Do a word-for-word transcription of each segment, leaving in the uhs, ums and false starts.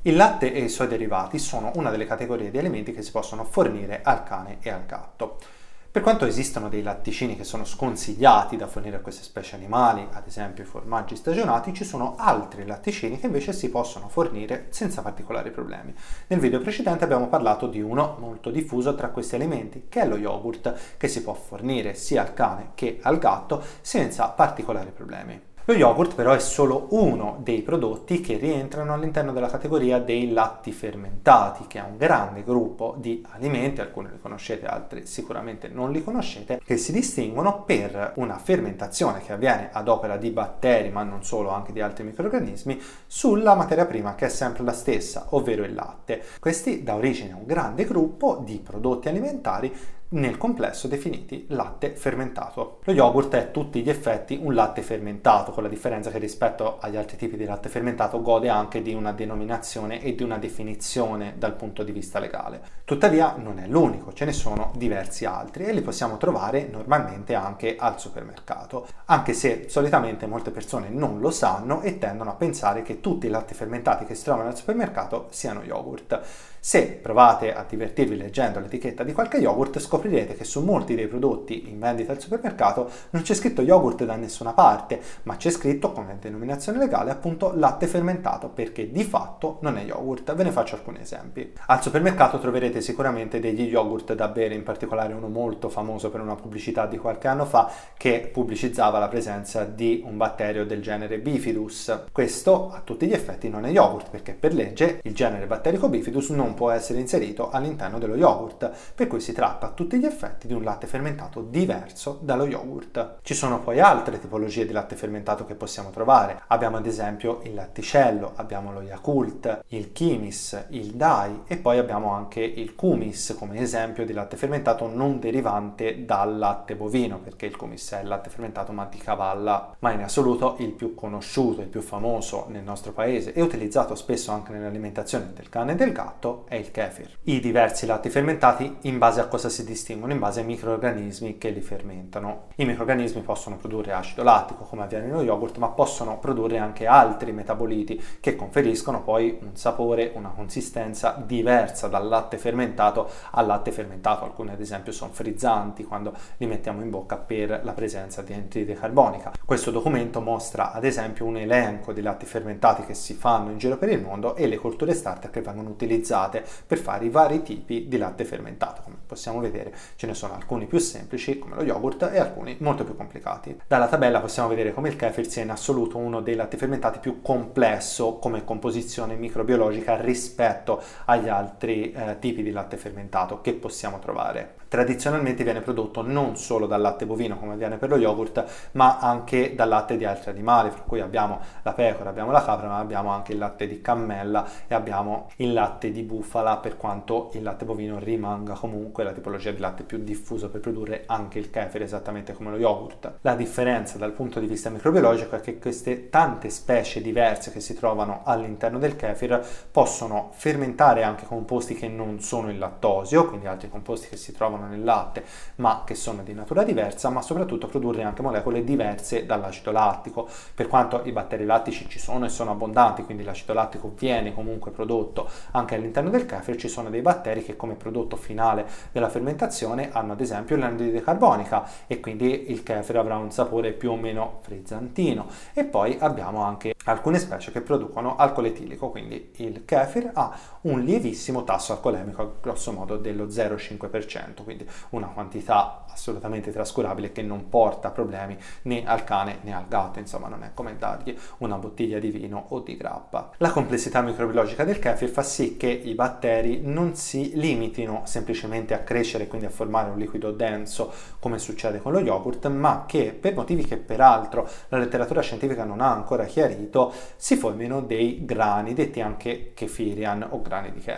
Il latte e i suoi derivati sono una delle categorie di alimenti che si possono fornire al cane e al gatto. Per quanto esistono dei latticini che sono sconsigliati da fornire a queste specie animali, ad esempio i formaggi stagionati, ci sono altri latticini che invece si possono fornire senza particolari problemi. Nel video precedente abbiamo parlato di uno molto diffuso tra questi alimenti, che è lo yogurt, che si può fornire sia al cane che al gatto senza particolari problemi. Lo yogurt però è solo uno dei prodotti che rientrano all'interno della categoria dei latti fermentati, che è un grande gruppo di alimenti, alcuni li conoscete, altri sicuramente non li conoscete, che si distinguono per una fermentazione che avviene ad opera di batteri, ma non solo, anche di altri microrganismi, sulla materia prima che è sempre la stessa, ovvero il latte. Questi dà origine a un grande gruppo di prodotti alimentari nel complesso definiti latte fermentato. Lo yogurt è a tutti gli effetti un latte fermentato, con la differenza che rispetto agli altri tipi di latte fermentato gode anche di una denominazione e di una definizione dal punto di vista legale. Tuttavia non è l'unico, ce ne sono diversi altri e li possiamo trovare normalmente anche al supermercato, anche se solitamente molte persone non lo sanno e tendono a pensare che tutti i latte fermentati che si trovano al supermercato siano yogurt. Se provate a divertirvi leggendo l'etichetta di qualche yogurt, scoprirete che su molti dei prodotti in vendita al supermercato non c'è scritto yogurt da nessuna parte, ma c'è scritto come denominazione legale appunto latte fermentato, perché di fatto non è yogurt. Ve ne faccio alcuni esempi. Al supermercato troverete sicuramente degli yogurt da bere, in particolare uno molto famoso per una pubblicità di qualche anno fa che pubblicizzava la presenza di un batterio del genere Bifidus. Questo a tutti gli effetti non è yogurt, perché per legge il genere batterico Bifidus non può essere inserito all'interno dello yogurt, per cui si tratta a tutti gli effetti di un latte fermentato diverso dallo yogurt. Ci sono poi altre tipologie di latte fermentato che possiamo trovare. Abbiamo ad esempio il latticello, abbiamo lo Yakult, il Kimis, il Dai e poi abbiamo anche il Kumis come esempio di latte fermentato non derivante dal latte bovino, perché il Kumis è il latte fermentato ma di cavalla, ma in assoluto il più conosciuto, il più famoso nel nostro paese e utilizzato spesso anche nell'alimentazione del cane e del gatto è il kefir. I diversi latti fermentati in base a cosa si distinguono? In base ai microrganismi che li fermentano. I microrganismi possono produrre acido lattico come avviene nello yogurt, ma possono produrre anche altri metaboliti che conferiscono poi un sapore, una consistenza diversa dal latte fermentato al latte fermentato. Alcuni ad esempio sono frizzanti quando li mettiamo in bocca per la presenza di anidride carbonica. Questo documento mostra ad esempio un elenco di latti fermentati che si fanno in giro per il mondo e le colture starter che vengono utilizzate per fare i vari tipi di latte fermentato. Come possiamo vedere ce ne sono alcuni più semplici come lo yogurt e alcuni molto più complicati. Dalla tabella possiamo vedere come il kefir sia in assoluto uno dei latti fermentati più complesso come composizione microbiologica rispetto agli altri eh, tipi di latte fermentato che possiamo trovare. Tradizionalmente viene prodotto non solo dal latte bovino come avviene per lo yogurt, ma anche dal latte di altri animali, fra cui abbiamo la pecora, abbiamo la capra, ma abbiamo anche il latte di cammella e abbiamo il latte di bufala, per quanto il latte bovino rimanga comunque la tipologia di latte più diffusa per produrre anche il kefir, esattamente come lo yogurt. La differenza dal punto di vista microbiologico è che queste tante specie diverse che si trovano all'interno del kefir possono fermentare anche composti che non sono il lattosio, quindi altri composti che si trovano nel latte ma che sono di natura diversa, ma soprattutto produrre anche molecole diverse dall'acido lattico. Per quanto i batteri lattici ci sono e sono abbondanti, quindi l'acido lattico viene comunque prodotto anche all'interno del kefir, ci sono dei batteri che come prodotto finale della fermentazione hanno ad esempio l'anidride carbonica e quindi il kefir avrà un sapore più o meno frizzantino. E poi abbiamo anche alcune specie che producono alcol etilico, quindi il kefir ha un lievissimo tasso alcolemico, grosso modo dello zero virgola cinque per cento, quindi una quantità assolutamente trascurabile che non porta problemi né al cane né al gatto, insomma non è come dargli una bottiglia di vino o di grappa. La complessità microbiologica del kefir fa sì che i batteri non si limitino semplicemente a crescere e quindi a formare un liquido denso come succede con lo yogurt, ma che per motivi che peraltro la letteratura scientifica non ha ancora chiarito si formino dei grani detti anche kefirian o grani di kefir.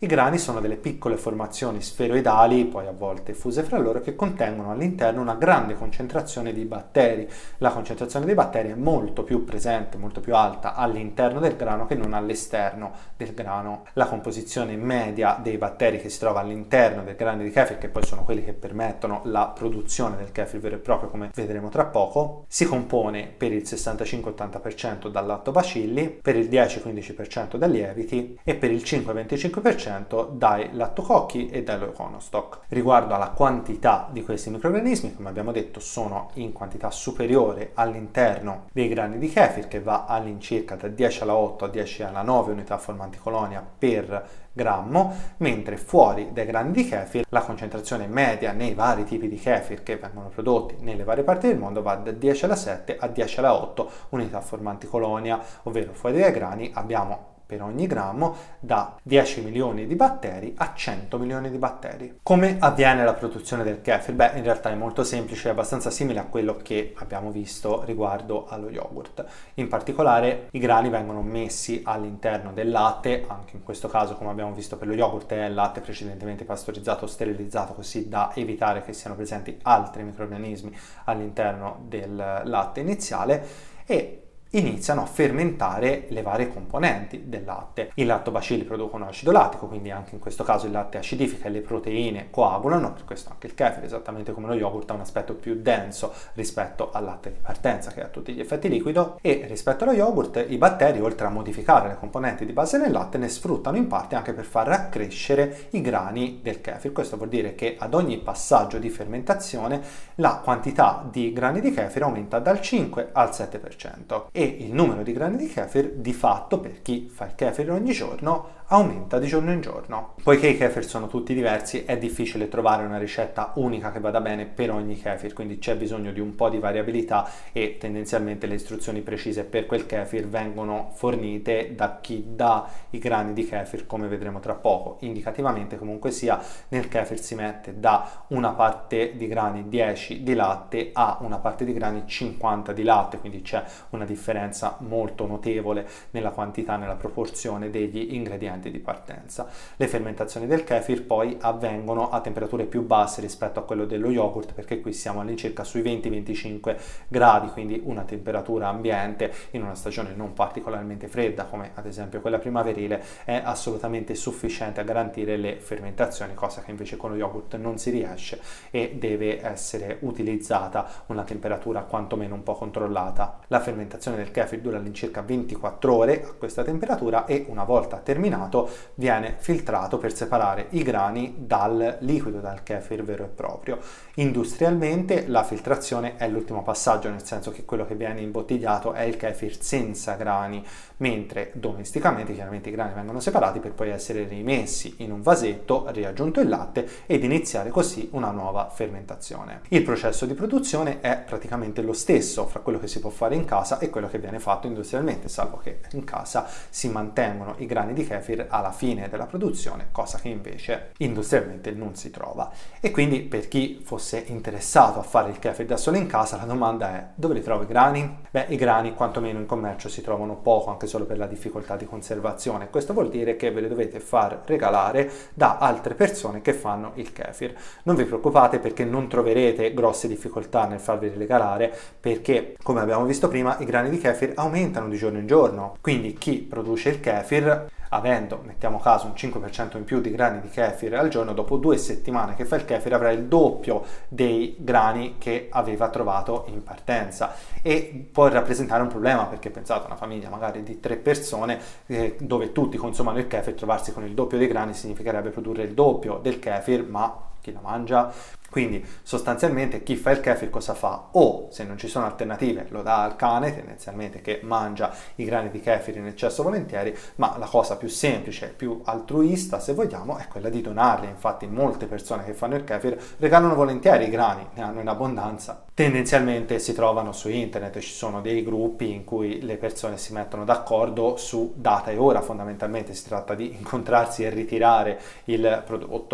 I grani sono delle piccole formazioni sferoidali, poi a volte fuse fra loro, che contengono all'interno una grande concentrazione di batteri. La concentrazione dei batteri è molto più presente, molto più alta all'interno del grano che non all'esterno del grano. La composizione media dei batteri che si trova all'interno del grano di kefir, che poi sono quelli che permettono la produzione del kefir vero e proprio, come vedremo tra poco, si compone per il sessantacinque ottanta per cento dal lattobacilli, per il dieci quindici per cento dai lieviti e per il cinque venticinque per cento dai lattococchi e dall'econostoc. Riguardo alla quantità di questi microrganismi, come abbiamo detto, sono in quantità superiore all'interno dei grani di kefir, che va all'incirca da dieci alla otto a dieci alla nove unità formanti colonia per grammo, mentre fuori dai grani di kefir la concentrazione media nei vari tipi di kefir che vengono prodotti nelle varie parti del mondo va da dieci alla sette a dieci alla otto unità formanti colonia, ovvero fuori dai grani abbiamo per ogni grammo da dieci milioni di batteri a cento milioni di batteri. Come avviene la produzione del kefir? Beh, in realtà è molto semplice, è abbastanza simile a quello che abbiamo visto riguardo allo yogurt. In particolare i grani vengono messi all'interno del latte, anche in questo caso, come abbiamo visto per lo yogurt, è latte precedentemente pastorizzato o sterilizzato, così da evitare che siano presenti altri microrganismi all'interno del latte iniziale, e iniziano a fermentare le varie componenti del latte. I lattobacilli producono acido lattico, quindi anche in questo caso il latte acidifica e le proteine coagulano, per questo anche il kefir, esattamente come lo yogurt, ha un aspetto più denso rispetto al latte di partenza, che ha tutti gli effetti liquido, e rispetto allo yogurt i batteri, oltre a modificare le componenti di base del latte, ne sfruttano in parte anche per far accrescere i grani del kefir. Questo vuol dire che ad ogni passaggio di fermentazione la quantità di grani di kefir aumenta dal cinque al sette per cento. E il numero di grani di kefir di fatto, per chi fa il kefir ogni giorno, aumenta di giorno in giorno. Poiché i kefir sono tutti diversi, è difficile trovare una ricetta unica che vada bene per ogni kefir, quindi c'è bisogno di un po' di variabilità e tendenzialmente le istruzioni precise per quel kefir vengono fornite da chi dà i grani di kefir, come vedremo tra poco. Indicativamente, comunque sia, nel kefir si mette da una parte di grani dieci di latte a una parte di grani cinquanta di latte, quindi c'è una differenza molto notevole nella quantità, nella proporzione degli ingredienti di partenza. Le fermentazioni del kefir poi avvengono a temperature più basse rispetto a quello dello yogurt, perché qui siamo all'incirca sui venti venticinque gradi, quindi una temperatura ambiente in una stagione non particolarmente fredda come ad esempio quella primaverile è assolutamente sufficiente a garantire le fermentazioni, cosa che invece con lo yogurt non si riesce e deve essere utilizzata una temperatura quantomeno un po' controllata. La fermentazione del kefir dura all'incirca ventiquattro ore a questa temperatura e una volta terminato viene filtrato per separare i grani dal liquido, dal kefir vero e proprio. Industrialmente la filtrazione è l'ultimo passaggio, nel senso che quello che viene imbottigliato è il kefir senza grani, mentre domesticamente chiaramente i grani vengono separati per poi essere rimessi in un vasetto, riaggiunto il latte ed iniziare così una nuova fermentazione. Il processo di produzione è praticamente lo stesso fra quello che si può fare in casa e quello che viene fatto industrialmente, salvo che in casa si mantengono i grani di kefir alla fine della produzione, cosa che invece industrialmente non si trova. E quindi per chi fosse interessato a fare il kefir da solo in casa, la domanda è: dove li trovo i grani? Beh, i grani quantomeno in commercio si trovano poco, anche solo per la difficoltà di conservazione. Questo vuol dire che ve li dovete far regalare da altre persone che fanno il kefir. Non vi preoccupate, perché non troverete grosse difficoltà nel farvi regalare, perché come abbiamo visto prima i grani di kefir aumentano di giorno in giorno, quindi chi produce il kefir, avendo, mettiamo caso, un cinque per cento in più di grani di kefir al giorno, dopo due settimane che fa il kefir avrà il doppio dei grani che aveva trovato in partenza, e può rappresentare un problema, perché pensate a una famiglia magari di tre persone eh, dove tutti consumano il kefir, trovarsi con il doppio dei grani significherebbe produrre il doppio del kefir, ma chi la mangia? Quindi sostanzialmente chi fa il kefir cosa fa? O, se non ci sono alternative, lo dà al cane, tendenzialmente, che mangia i grani di kefir in eccesso volentieri, ma la cosa più semplice, più altruista se vogliamo, è quella di donarli. Infatti molte persone che fanno il kefir regalano volentieri i grani, ne hanno in abbondanza. Tendenzialmente si trovano su internet, ci sono dei gruppi in cui le persone si mettono d'accordo su data e ora, fondamentalmente si tratta di incontrarsi e ritirare il prodotto,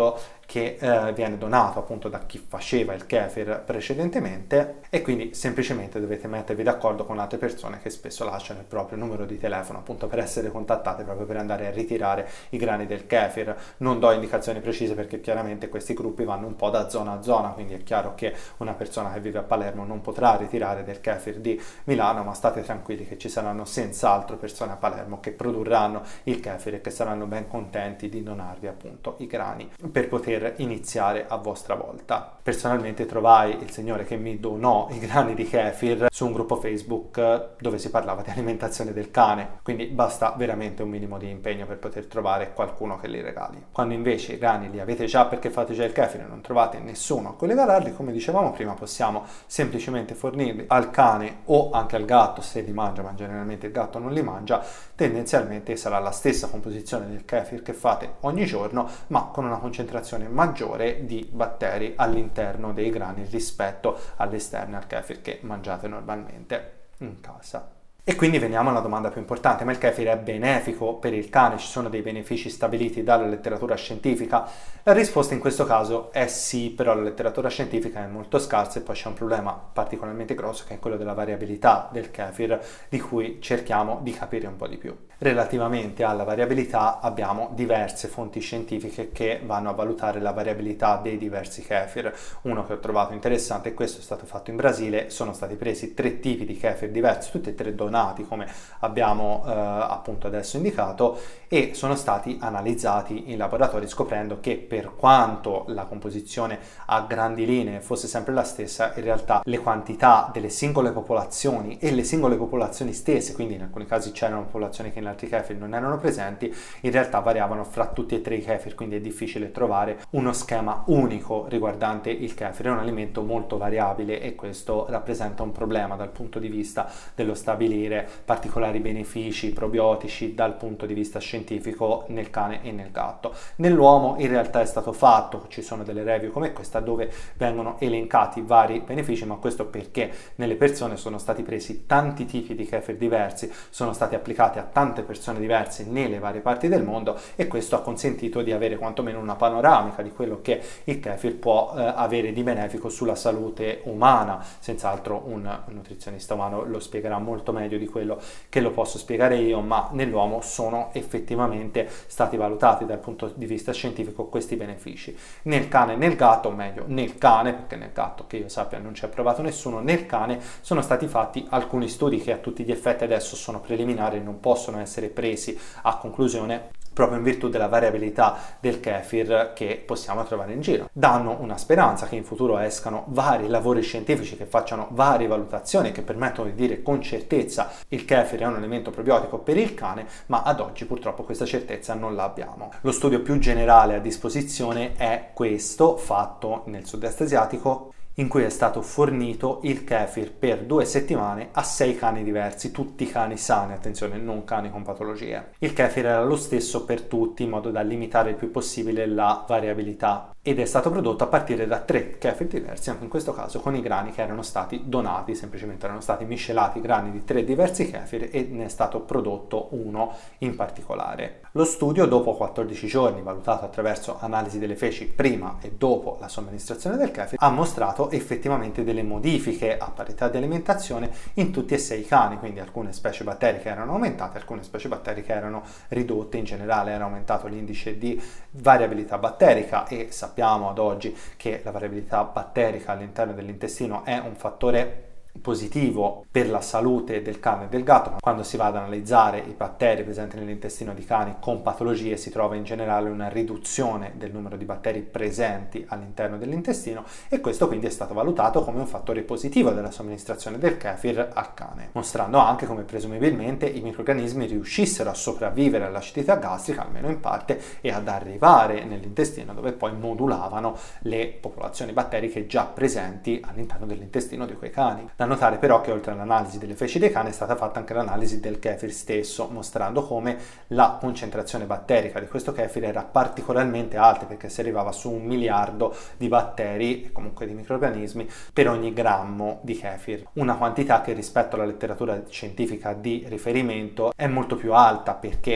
che eh, viene donato appunto da chi faceva il kefir precedentemente, e quindi semplicemente dovete mettervi d'accordo con altre persone che spesso lasciano il proprio numero di telefono appunto per essere contattate proprio per andare a ritirare i grani del kefir. Non do indicazioni precise perché chiaramente questi gruppi vanno un po' da zona a zona, quindi è chiaro che una persona che vive a Palermo non potrà ritirare del kefir di Milano, ma state tranquilli che ci saranno senz'altro persone a Palermo che produrranno il kefir e che saranno ben contenti di donarvi appunto i grani per poter iniziare a vostra volta. Personalmente trovai il signore che mi donò i grani di kefir su un gruppo Facebook dove si parlava di alimentazione del cane, quindi basta veramente un minimo di impegno per poter trovare qualcuno che li regali. Quando invece i grani li avete già perché fate già il kefir e non trovate nessuno a cui regalarli, come dicevamo prima, possiamo semplicemente fornirli al cane o anche al gatto se li mangia, ma generalmente il gatto non li mangia. Tendenzialmente sarà la stessa composizione del kefir che fate ogni giorno, ma con una concentrazione maggiore di batteri all'interno dei grani rispetto all'esterno al kefir che mangiate normalmente in casa. E quindi veniamo alla domanda più importante: ma il kefir è benefico per il cane? Ci sono dei benefici stabiliti dalla letteratura scientifica? La risposta in questo caso è sì, però la letteratura scientifica è molto scarsa e poi c'è un problema particolarmente grosso che è quello della variabilità del kefir, di cui cerchiamo di capire un po' di più. Relativamente alla variabilità abbiamo diverse fonti scientifiche che vanno a valutare la variabilità dei diversi kefir. Uno che ho trovato interessante, e questo è stato fatto in Brasile, sono stati presi tre tipi di kefir diversi, tutti e tre donati come abbiamo eh, appunto adesso indicato, e sono stati analizzati in laboratorio scoprendo che per quanto la composizione a grandi linee fosse sempre la stessa, in realtà le quantità delle singole popolazioni e le singole popolazioni stesse, quindi in alcuni casi c'erano popolazioni che in altri kefir non erano presenti, in realtà variavano fra tutti e tre i kefir, quindi è difficile trovare uno schema unico riguardante il kefir. È un alimento molto variabile e questo rappresenta un problema dal punto di vista dello stabilire particolari benefici probiotici dal punto di vista scientifico nel cane e nel gatto. Nell'uomo in realtà è stato fatto, ci sono delle review come questa dove vengono elencati vari benefici, ma questo perché nelle persone sono stati presi tanti tipi di kefir diversi, sono stati applicati a tante persone diverse nelle varie parti del mondo, e questo ha consentito di avere quantomeno una panoramica di quello che il kefir può eh, avere di benefico sulla salute umana. Senz'altro un nutrizionista umano lo spiegherà molto meglio di quello che lo posso spiegare io, ma nell'uomo sono effettivamente stati valutati dal punto di vista scientifico questi benefici. Nel cane e nel gatto, o meglio nel cane, perché nel gatto che io sappia non ci ha provato nessuno, nel cane sono stati fatti alcuni studi che a tutti gli effetti adesso sono preliminari e non possono essere presi a conclusione proprio in virtù della variabilità del kefir che possiamo trovare in giro. Danno una speranza che in futuro escano vari lavori scientifici che facciano varie valutazioni che permettono di dire con certezza il kefir è un alimento probiotico per il cane, ma ad oggi purtroppo questa certezza non l'abbiamo. Lo studio più generale a disposizione è questo, fatto nel sud-est asiatico, in cui è stato fornito il kefir per due settimane a sei cani diversi, tutti cani sani, attenzione, non cani con patologie. Il kefir era lo stesso per tutti in modo da limitare il più possibile la variabilità ed è stato prodotto a partire da tre kefir diversi, anche in questo caso con i grani che erano stati donati, semplicemente erano stati miscelati grani di tre diversi kefir e ne è stato prodotto uno in particolare. Lo studio, dopo quattordici giorni, valutato attraverso analisi delle feci prima e dopo la somministrazione del kefir, ha mostrato effettivamente delle modifiche a parità di alimentazione in tutti e sei i cani, quindi alcune specie batteriche erano aumentate, alcune specie batteriche erano ridotte, in generale era aumentato l'indice di variabilità batterica e sappiamo ad oggi che la variabilità batterica all'interno dell'intestino è un fattore positivo per la salute del cane e del gatto. Quando si va ad analizzare i batteri presenti nell'intestino di cani con patologie si trova in generale una riduzione del numero di batteri presenti all'interno dell'intestino e questo quindi è stato valutato come un fattore positivo della somministrazione del kefir al cane, mostrando anche come presumibilmente i microrganismi riuscissero a sopravvivere all'acidità gastrica almeno in parte e ad arrivare nell'intestino dove poi modulavano le popolazioni batteriche già presenti all'interno dell'intestino di quei cani. Da notare però che oltre all'analisi delle feci dei cani è stata fatta anche l'analisi del kefir stesso, mostrando come la concentrazione batterica di questo kefir era particolarmente alta, perché si arrivava su un miliardo di batteri e comunque di microrganismi per ogni grammo di kefir, una quantità che rispetto alla letteratura scientifica di riferimento è molto più alta, perché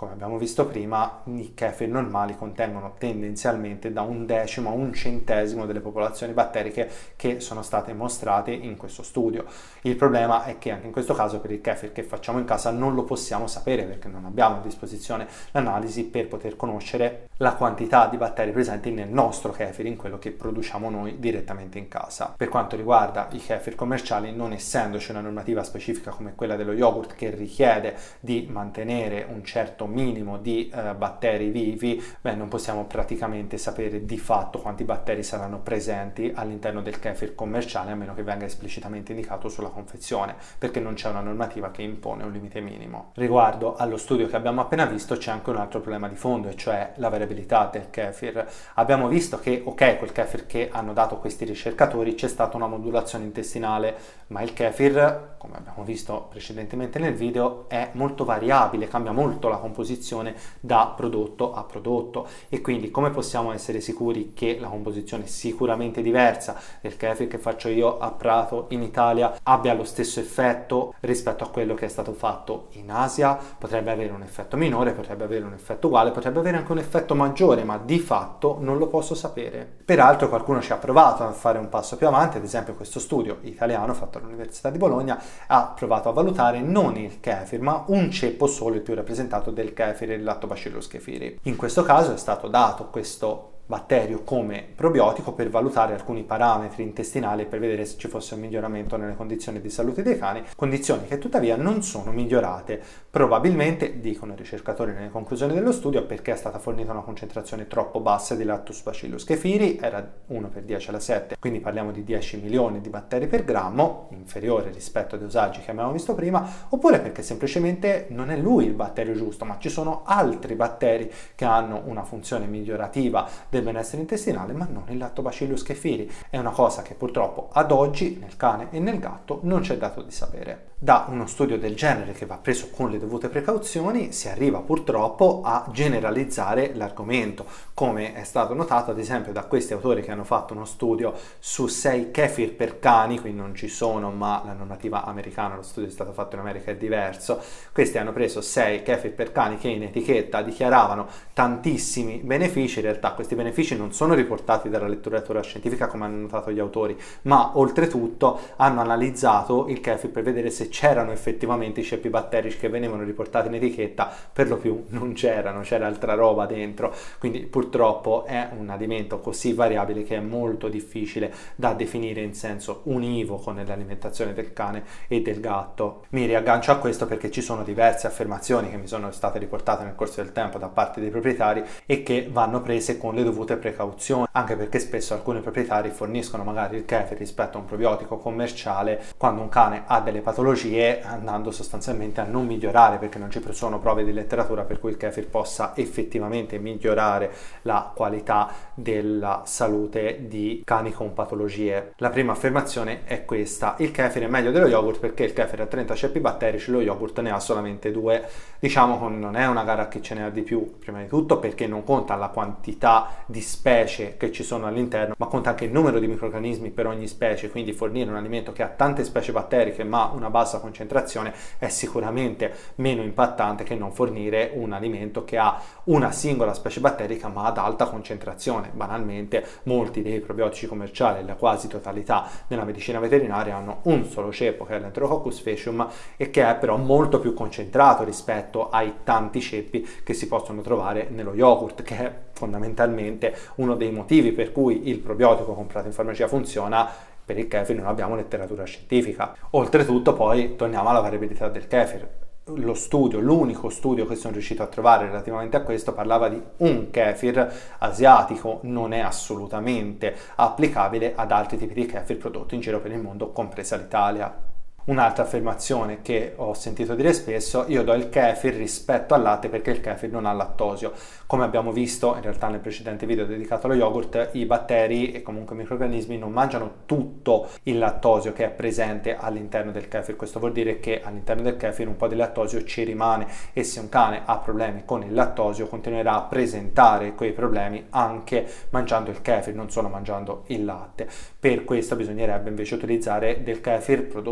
come abbiamo visto prima, i kefir normali contengono tendenzialmente da un decimo a un centesimo delle popolazioni batteriche che sono state mostrate in questo studio. Il problema è che anche in questo caso per il kefir che facciamo in casa non lo possiamo sapere perché non abbiamo a disposizione l'analisi per poter conoscere la quantità di batteri presenti nel nostro kefir, in quello che produciamo noi direttamente in casa. Per quanto riguarda i kefir commerciali, non essendoci una normativa specifica come quella dello yogurt che richiede di mantenere un certo minimo di eh, batteri vivi, beh, non possiamo praticamente sapere di fatto quanti batteri saranno presenti all'interno del kefir commerciale, a meno che venga esplicitamente indicato sulla confezione, perché non c'è una normativa che impone un limite minimo. Riguardo allo studio che abbiamo appena visto, c'è anche un altro problema di fondo, e cioè la variabilità del kefir. Abbiamo visto che, ok, quel kefir che hanno dato questi ricercatori c'è stata una modulazione intestinale, ma il kefir, come abbiamo visto precedentemente nel video, è molto variabile, cambia molto la composizione da prodotto a prodotto, e quindi come possiamo essere sicuri che la composizione sicuramente diversa del kefir che faccio io a Prato in Italia abbia lo stesso effetto rispetto a quello che è stato fatto in Asia? Potrebbe avere un effetto minore, potrebbe avere un effetto uguale, potrebbe avere anche un effetto maggiore, ma di fatto non lo posso sapere. Peraltro qualcuno ci ha provato a fare un passo più avanti, ad esempio questo studio italiano fatto all'Università di Bologna ha provato a valutare non il kefir ma un ceppo solo, il più rappresentato del kefir, il Lactobacillus kefiri. In questo caso è stato dato questo batterio come probiotico per valutare alcuni parametri intestinali, per vedere se ci fosse un miglioramento nelle condizioni di salute dei cani, condizioni che tuttavia non sono migliorate, probabilmente, dicono i ricercatori nelle conclusioni dello studio, perché è stata fornita una concentrazione troppo bassa di Lactobacillus kefiri, era uno per dieci alla sette, quindi parliamo di dieci milioni di batteri per grammo, inferiore rispetto ai dosaggi che abbiamo visto prima, oppure perché semplicemente non è lui il batterio giusto, ma ci sono altri batteri che hanno una funzione migliorativa del benessere intestinale, ma non il Lactobacillus kefiri. È una cosa che purtroppo ad oggi nel cane e nel gatto non c'è dato di sapere. Da uno studio del genere, che va preso con le dovute precauzioni, si arriva purtroppo a generalizzare l'argomento, come è stato notato ad esempio da questi autori che hanno fatto uno studio su sei kefir per cani. Qui non ci sono, ma la normativa americana, lo studio è stato fatto in America, è diverso. Questi hanno preso sei kefir per cani che in etichetta dichiaravano tantissimi benefici. In realtà questi benefici non sono riportati dalla letteratura scientifica come hanno notato gli autori, ma oltretutto hanno analizzato il kefir per vedere se c'erano effettivamente i ceppi batterici che venivano riportati in etichetta. Per lo più non c'erano, c'era altra roba dentro, quindi purtroppo è un alimento così variabile che è molto difficile da definire in senso univoco nell'alimentazione del cane e del gatto. Mi riaggancio a questo perché ci sono diverse affermazioni che mi sono state riportate nel corso del tempo da parte dei proprietari e che vanno prese con le dovute precauzioni, anche perché spesso alcuni proprietari forniscono magari il kefir rispetto a un probiotico commerciale quando un cane ha delle patologie, andando sostanzialmente a non migliorare, perché non ci sono prove di letteratura per cui il kefir possa effettivamente migliorare la qualità della salute di cani con patologie. La prima affermazione è questa: il kefir è meglio dello yogurt perché il kefir ha trenta ceppi batterici, lo yogurt ne ha solamente due. Diciamo che non è una gara a chi ce ne ha di più, prima di tutto perché non conta la quantità di specie che ci sono all'interno, ma conta anche il numero di microrganismi per ogni specie, quindi fornire un alimento che ha tante specie batteriche ma una bassa concentrazione è sicuramente meno impattante che non fornire un alimento che ha una singola specie batterica ma ad alta concentrazione. Banalmente molti dei probiotici commerciali, la quasi totalità della medicina veterinaria, hanno un solo ceppo che è l'Enterococcus faecium e che è però molto più concentrato rispetto ai tanti ceppi che si possono trovare nello yogurt, che è fondamentalmente uno dei motivi per cui il probiotico comprato in farmacia funziona. Per il kefir non abbiamo letteratura scientifica. Oltretutto poi torniamo alla variabilità del kefir. Lo studio, l'unico studio che sono riuscito a trovare relativamente a questo, parlava di un kefir asiatico, non è assolutamente applicabile ad altri tipi di kefir prodotti in giro per il mondo, compresa l'Italia. Un'altra affermazione che ho sentito dire spesso: io do il kefir rispetto al latte perché il kefir non ha lattosio. Come abbiamo visto in realtà nel precedente video dedicato allo yogurt, i batteri e comunque i microrganismi non mangiano tutto il lattosio che è presente all'interno del kefir. Questo vuol dire che all'interno del kefir un po' di lattosio ci rimane, e se un cane ha problemi con il lattosio continuerà a presentare quei problemi anche mangiando il kefir, non solo mangiando il latte. Per questo bisognerebbe invece utilizzare del kefir prodotto però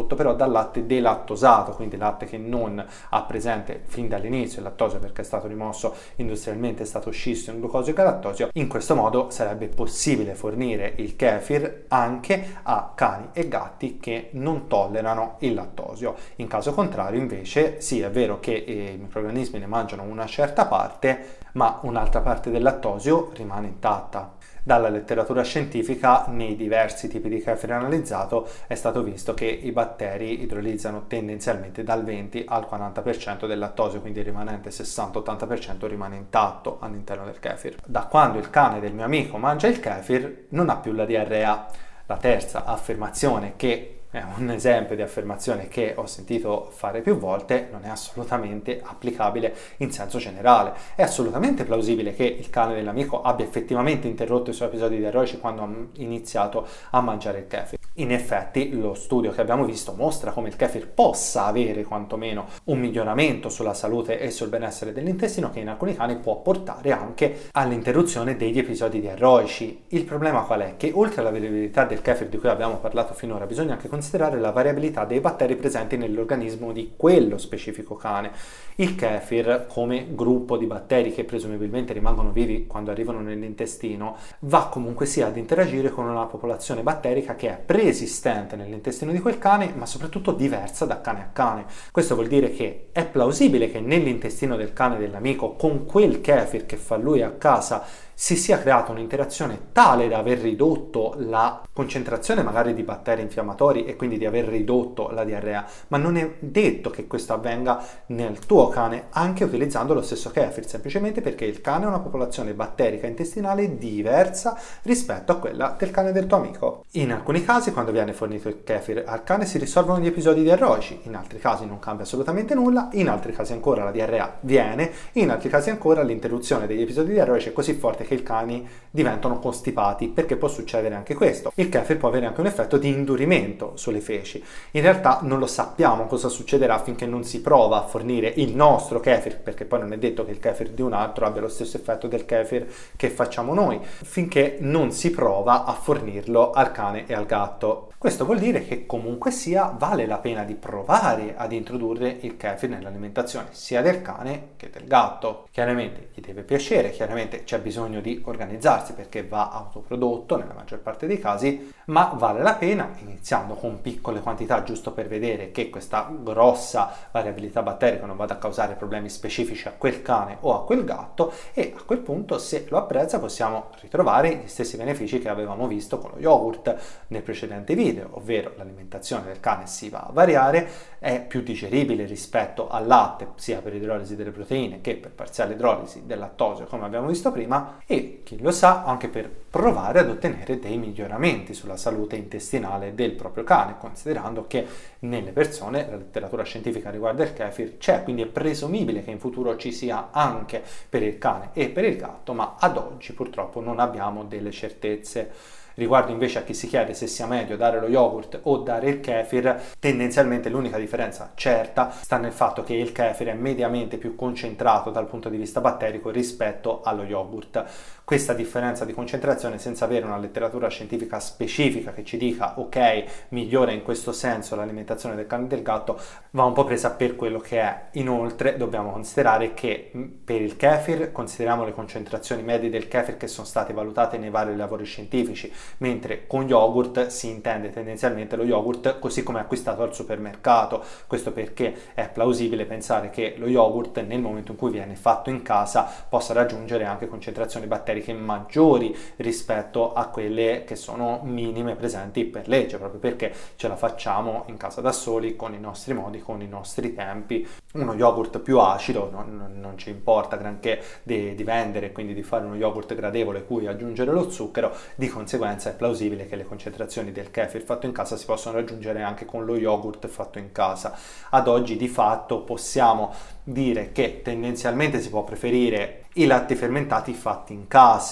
dal latte delattosato, quindi latte che non ha presente fin dall'inizio il lattosio perché è stato rimosso industrialmente, è stato scisso in glucosio e galattosio. In questo modo sarebbe possibile fornire il kefir anche a cani e gatti che non tollerano il lattosio. In caso contrario, invece, sì, è vero che i microrganismi ne mangiano una certa parte, ma un'altra parte del lattosio rimane intatta. Dalla letteratura scientifica, nei diversi tipi di kefir analizzato, è stato visto che i batteri idrolizzano tendenzialmente dal venti al quaranta per cento del lattosio, quindi il rimanente sessanta ottanta per cento rimane intatto all'interno del kefir. Da quando il cane del mio amico mangia il kefir, non ha più la diarrea. La terza affermazione, che è un esempio di affermazione che ho sentito fare più volte, non è assolutamente applicabile in senso generale. È assolutamente plausibile che il cane dell'amico abbia effettivamente interrotto i suoi episodi diarreici quando ha iniziato a mangiare il kefir. In effetti lo studio che abbiamo visto mostra come il kefir possa avere quantomeno un miglioramento sulla salute e sul benessere dell'intestino, che in alcuni cani può portare anche all'interruzione degli episodi diarreici. Il problema qual è? Che oltre alla variabilità del kefir di cui abbiamo parlato finora, bisogna anche considerare la variabilità dei batteri presenti nell'organismo di quello specifico cane. Il kefir, come gruppo di batteri che presumibilmente rimangono vivi quando arrivano nell'intestino, va comunque sia ad interagire con una popolazione batterica che è preesistente nell'intestino di quel cane, ma soprattutto diversa da cane a cane. Questo vuol dire che è plausibile che nell'intestino del cane dell'amico, con quel kefir che fa lui a casa, si sia creata un'interazione tale da aver ridotto la concentrazione magari di batteri infiammatori e quindi di aver ridotto la diarrea, ma non è detto che questo avvenga nel tuo cane anche utilizzando lo stesso kefir, semplicemente perché il cane ha una popolazione batterica intestinale diversa rispetto a quella del cane del tuo amico. In alcuni casi, quando viene fornito il kefir al cane, si risolvono gli episodi diarreici, in altri casi non cambia assolutamente nulla, in altri casi ancora la diarrea viene, in altri casi ancora l'interruzione degli episodi diarreici è così forte che i cani diventano costipati, perché può succedere anche questo. Il kefir può avere anche un effetto di indurimento sulle feci. In realtà non lo sappiamo cosa succederà finché non si prova a fornire il nostro kefir, perché poi non è detto che il kefir di un altro abbia lo stesso effetto del kefir che facciamo noi, finché non si prova a fornirlo al cane e al gatto. Questo vuol dire che comunque sia vale la pena di provare ad introdurre il kefir nell'alimentazione sia del cane che del gatto. Chiaramente gli deve piacere, chiaramente c'è bisogno di organizzarsi perché va autoprodotto nella maggior parte dei casi, ma vale la pena, iniziando con piccole quantità giusto per vedere che questa grossa variabilità batterica non vada a causare problemi specifici a quel cane o a quel gatto, e a quel punto, se lo apprezza, possiamo ritrovare gli stessi benefici che avevamo visto con lo yogurt nel precedente video, ovvero l'alimentazione del cane si va a variare, è più digeribile rispetto al latte sia per idrolisi delle proteine che per parziale idrolisi del lattosio, come abbiamo visto prima, e chi lo sa anche per provare ad ottenere dei miglioramenti sulla salute intestinale del proprio cane, considerando che nelle persone la letteratura scientifica riguardo il kefir c'è, quindi è presumibile che in futuro ci sia anche per il cane e per il gatto, ma ad oggi purtroppo non abbiamo delle certezze. Riguardo invece a chi si chiede se sia meglio dare lo yogurt o dare il kefir, tendenzialmente l'unica differenza certa sta nel fatto che il kefir è mediamente più concentrato dal punto di vista batterico rispetto allo yogurt. Questa differenza di concentrazione, senza avere una letteratura scientifica specifica che ci dica ok, migliora in questo senso l'alimentazione del cane e del gatto, va un po' presa per quello che è. Inoltre dobbiamo considerare che per il kefir consideriamo le concentrazioni medie del kefir che sono state valutate nei vari lavori scientifici, mentre con yogurt si intende tendenzialmente lo yogurt così come acquistato al supermercato. Questo perché è plausibile pensare che lo yogurt, nel momento in cui viene fatto in casa, possa raggiungere anche concentrazioni batteriche maggiori rispetto a quelle che sono minime presenti per legge, proprio perché ce la facciamo in casa da soli, con i nostri modi, con i nostri tempi. Uno yogurt più acido non, non ci importa granché di, di vendere, quindi di fare uno yogurt gradevole cui aggiungere lo zucchero. Di conseguenza è plausibile che le concentrazioni del kefir fatto in casa si possano raggiungere anche con lo yogurt fatto in casa. Ad oggi di fatto possiamo dire che tendenzialmente si può preferire i latti fermentati fatti in casa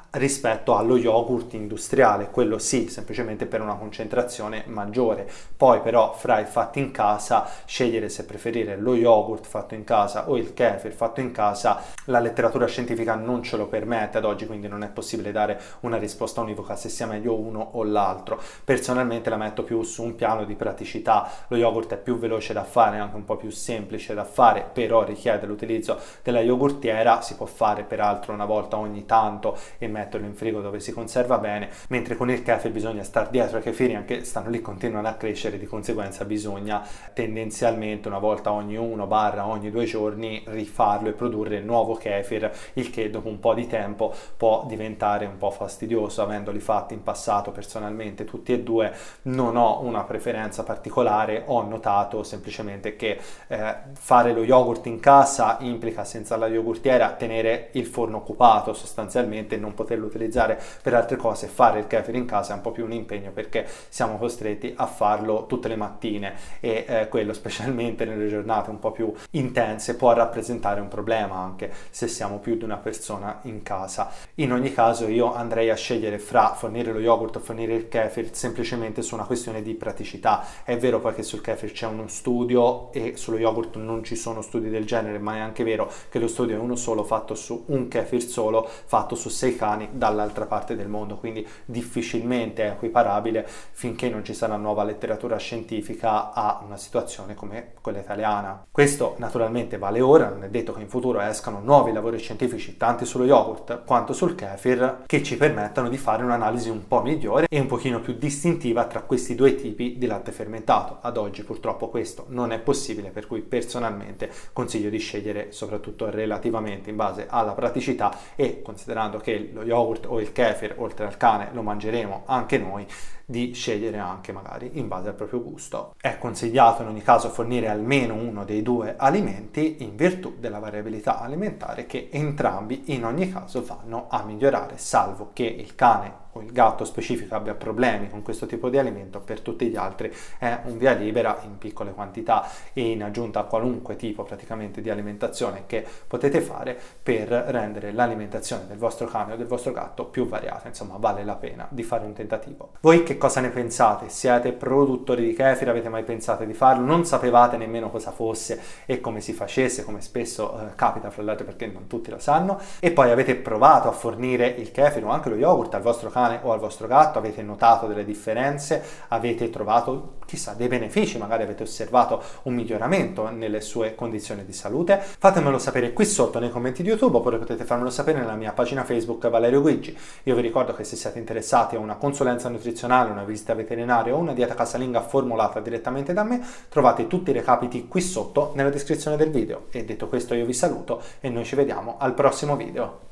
rispetto allo yogurt industriale, quello sì, semplicemente per una concentrazione maggiore. Poi però fra il fatto in casa, scegliere se preferire lo yogurt fatto in casa o il kefir fatto in casa, la letteratura scientifica non ce lo permette ad oggi, quindi non è possibile dare una risposta univoca se sia meglio uno o l'altro. Personalmente la metto più su un piano di praticità. Lo yogurt è più veloce da fare, anche un po' più semplice da fare, però richiede l'utilizzo della yogurtiera, si può fare peraltro una volta ogni tanto e metterlo in frigo dove si conserva bene, mentre con il kefir bisogna star dietro ai kefiri, anche stanno lì, continuano a crescere, di conseguenza bisogna tendenzialmente una volta ogni uno barra ogni due giorni rifarlo e produrre nuovo kefir, il che dopo un po' di tempo può diventare un po' fastidioso. Avendoli fatti in passato personalmente tutti e due, non ho una preferenza particolare, ho notato semplicemente che eh, fare lo yogurt in casa implica, senza la yogurtiera, tenere il forno occupato sostanzialmente, non poterlo utilizzare per altre cose. Fare il kefir in casa è un po' più un impegno perché siamo costretti a farlo tutte le mattine e eh, quello, specialmente nelle giornate un po' più intense, può rappresentare un problema anche se siamo più di una persona in casa. In ogni caso io andrei a scegliere fra fornire lo yogurt o fornire il kefir semplicemente su una questione di praticità. È vero poi che sul kefir c'è uno studio e sullo yogurt non ci sono studi del genere, ma è anche vero che lo studio è uno solo, fatto su un kefir solo, fatto su sei cani dall'altra parte del mondo, quindi difficilmente è equiparabile, finché non ci sarà nuova letteratura scientifica, a una situazione come quella italiana. Questo naturalmente vale ora, non è detto che in futuro escano nuovi lavori scientifici, tanti sullo yogurt quanto sul kefir, che ci permettano di fare un'analisi un po' migliore e un pochino più distintiva tra questi due tipi di latte fermentato. Ad oggi purtroppo questo non è possibile, per cui personalmente consiglio di scegliere, soprattutto relativamente in base alla praticità e considerando che lo yogurt o il kefir, oltre al cane, lo mangeremo anche noi, di scegliere anche magari in base al proprio gusto. È consigliato in ogni caso fornire almeno uno dei due alimenti in virtù della variabilità alimentare che entrambi in ogni caso vanno a migliorare, salvo che il cane o il gatto specifico abbia problemi con questo tipo di alimento. Per tutti gli altri è un via libera in piccole quantità e in aggiunta a qualunque tipo praticamente di alimentazione che potete fare per rendere l'alimentazione del vostro cane o del vostro gatto più variata. Insomma, vale la pena di fare un tentativo. Voi che cosa ne pensate? Siete produttori di kefir? Avete mai pensato di farlo? Non sapevate nemmeno cosa fosse e come si facesse, come spesso eh, capita fra l'altro, perché non tutti lo sanno, e poi avete provato a fornire il kefir o anche lo yogurt al vostro cane o al vostro gatto? Avete notato delle differenze? Avete trovato, chissà, dei benefici? Magari avete osservato un miglioramento nelle sue condizioni di salute? Fatemelo sapere qui sotto nei commenti di YouTube, oppure potete farmelo sapere nella mia pagina Facebook Valerio Guigi. Io vi ricordo che se siete interessati a una consulenza nutrizionale, una visita veterinaria o una dieta casalinga formulata direttamente da me, trovate tutti i recapiti qui sotto nella descrizione del video. E detto questo io vi saluto e noi ci vediamo al prossimo video.